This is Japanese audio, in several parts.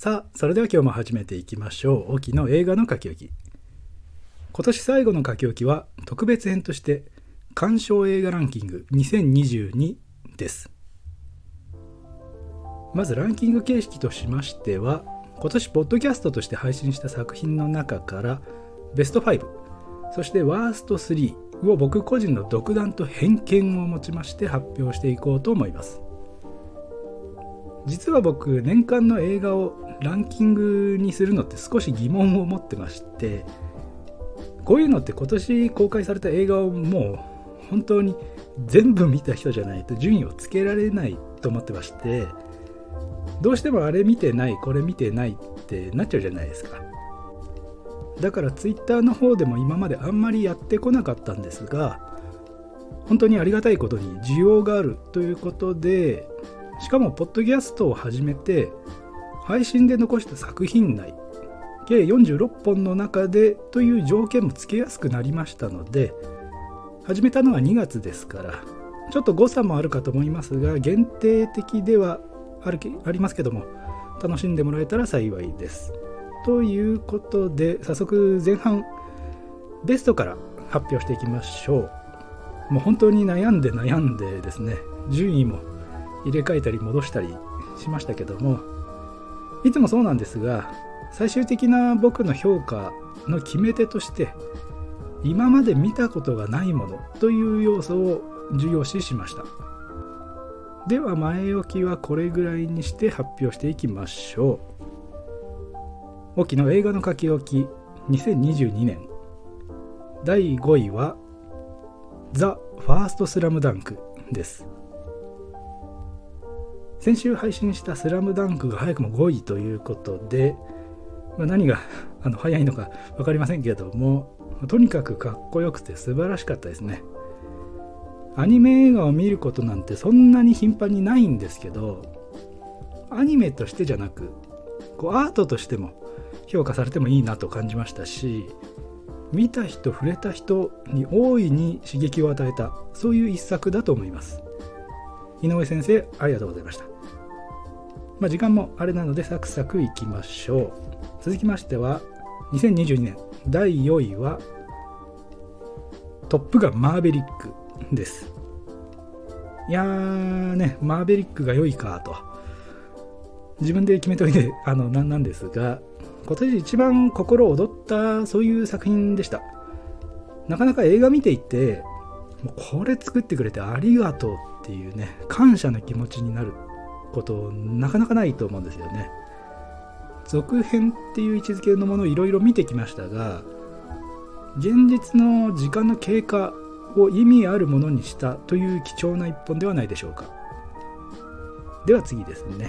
さあ、それでは今日も始めていきましょう。沖の映画の書き置き。今年最後の書き置きは特別編として鑑賞映画ランキング2022です。まずランキング形式としましては、今年ポッドキャストとして配信した作品の中からベスト5、そしてワースト3を僕個人の独断と偏見を持ちまして発表していこうと思います。実は僕、年間の映画をランキングにするのって少し疑問を持ってまして、こういうのって今年公開された映画をもう本当に全部見た人じゃないと順位をつけられないと思ってまして、どうしてもあれ見てないこれ見てないってなっちゃうじゃないですか。だからツイッターの方でも今まであんまりやってこなかったんですが、本当にありがたいことに需要があるということで、しかもポッドキャストを始めて配信で残した作品内計46本の中でという条件もつけやすくなりましたので、始めたのは2月ですから、ちょっと誤差もあるかと思いますが、限定的ではありますけども、楽しんでもらえたら幸いです。ということで、早速前半ベストから発表していきましょう。もう本当に悩んでですね、順位も入れ替えたり戻したりしましたけども、いつもそうなんですが、最終的な僕の評価の決め手として、今まで見たことがないものという要素を重要視しました。では前置きはこれぐらいにして発表していきましょう。沖の映画の書き置き2022年第5位はザ・ファーストスラムダンクです。先週配信したスラムダンクが早くも5位ということで、何が早いのか分かりませんけれども、とにかくかっこよくて素晴らしかったですね。アニメ映画を見ることなんてそんなに頻繁にないんですけど、アニメとしてじゃなくアートとしても評価されてもいいなと感じましたし、見た人触れた人に大いに刺激を与えた、そういう一作だと思います。井上先生、ありがとうございました。時間もあれなのでサクサクいきましょう。続きましては2022年第4位はトップガンマーヴェリックです。いやーね、マーヴェリックが良いかと自分で決めといてなんですが、今年一番心躍ったそういう作品でした。なかなか映画見ていて、もうこれ作ってくれてありがとうっていうね、感謝の気持ちになることなかなかないと思うんですよね。続編っていう位置づけのものをいろいろ見てきましたが、現実の時間の経過を意味あるものにしたという貴重な一本ではないでしょうか。では次ですね。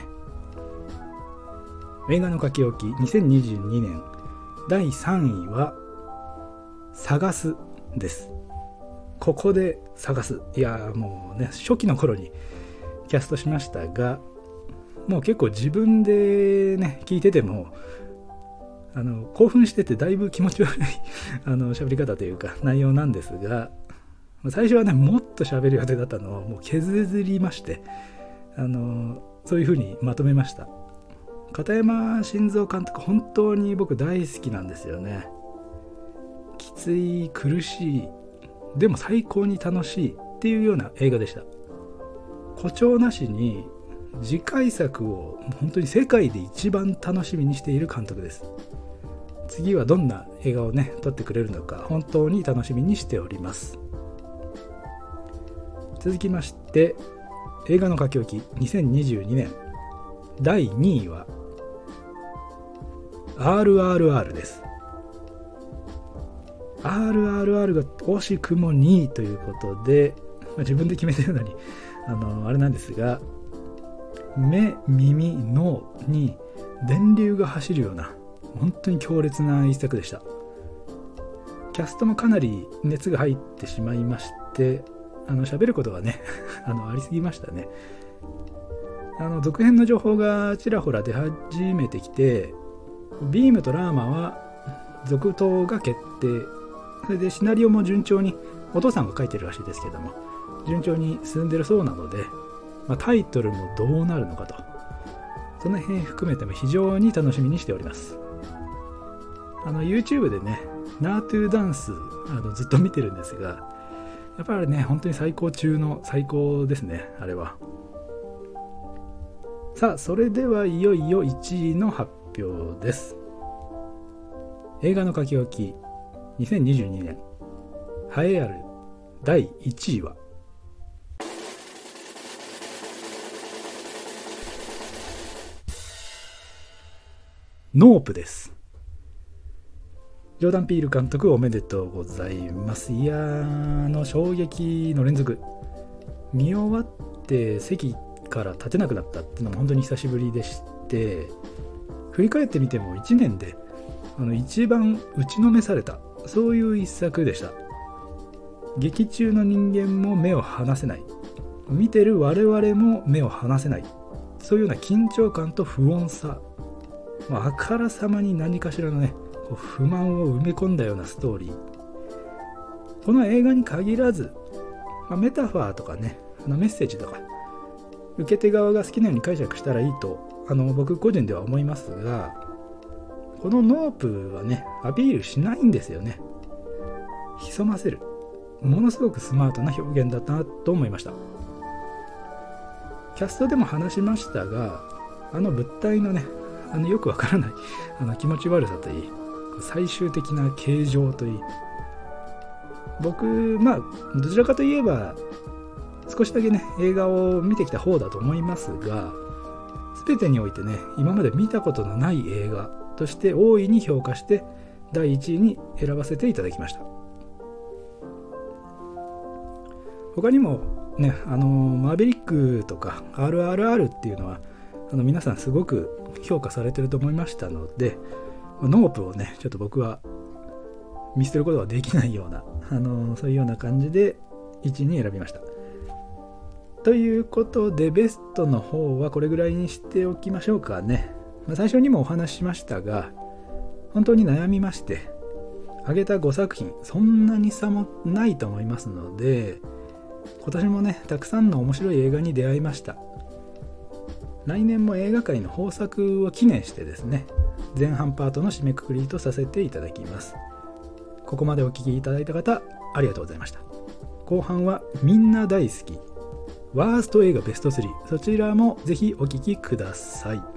映画の書き置き2022年第3位は探すです。ここで探す、いやもうね、初期の頃にキャストしましたが、もう結構自分でね聞いてても興奮しててだいぶ気持ち悪い喋り方というか内容なんですが、最初はねもっと喋る予定だったのをもう削りまして、そういう風にまとめました。片山晋三監督、本当に僕大好きなんですよね。きつい、苦しい、でも最高に楽しいっていうような映画でした。誇張なしに次回作を本当に世界で一番楽しみにしている監督です。次はどんな映画をね撮ってくれるのか本当に楽しみにしております。続きまして映画の書き置き2022年第2位は RRR です。 RRR が惜しくも2位ということで、自分で決めてるのにあれなんですが、目、耳、脳に電流が走るような本当に強烈な一作でした。キャストもかなり熱が入ってしまいまして、喋ることがねありすぎましたね。続編の情報がちらほら出始めてきて、ビームとラーマは続投が決定。それでシナリオも順調に、お父さんが書いてるらしいですけども、順調に進んでるそうなので、タイトルもどうなるのかと。 その辺含めても非常に楽しみにしております。YouTube でねナートゥダンスずっと見てるんですが、やっぱりね本当に最高中の最高ですね、あれは。さあ、それではいよいよ1位の発表です。映画の書き置き2022年栄えある第1位はノープです。ジョーダン・ピール監督おめでとうございます。いやー、衝撃の連続。見終わって席から立てなくなったっていうのも本当に久しぶりでして、振り返ってみても1年で一番打ちのめされた、そういう一作でした。劇中の人間も目を離せない、見てる我々も目を離せない、そういうような緊張感と不穏さ、あからさまに何かしらのね不満を埋め込んだようなストーリー。この映画に限らず、メタファーとかねメッセージとか受け手側が好きなように解釈したらいいと僕個人では思いますが、このノープはねアピールしないんですよね。潜ませる、ものすごくスマートな表現だったなと思いました。キャストでも話しましたが、物体のねよくわからない気持ち悪さといい、最終的な形状といい、僕どちらかといえば少しだけね映画を見てきた方だと思いますが、全てにおいてね今まで見たことのない映画として大いに評価して第1位に選ばせていただきました。他にもねマーベリックとか RRR っていうのは皆さんすごく評価されてると思いましたので、ノープをねちょっと僕は見捨てることはできないようなそういうような感じで1位に選びました。ということでベストの方はこれぐらいにしておきましょうかね。最初にもお話ししましたが、本当に悩みまして、挙げた5作品そんなに差もないと思いますので、今年もねたくさんの面白い映画に出会いました。来年も映画界の豊作を記念してですね、前半パートの締めくくりとさせていただきます。ここまでお聞きいただいた方ありがとうございました。後半はみんな大好きワースト映画ベスト3、そちらもぜひお聞きください。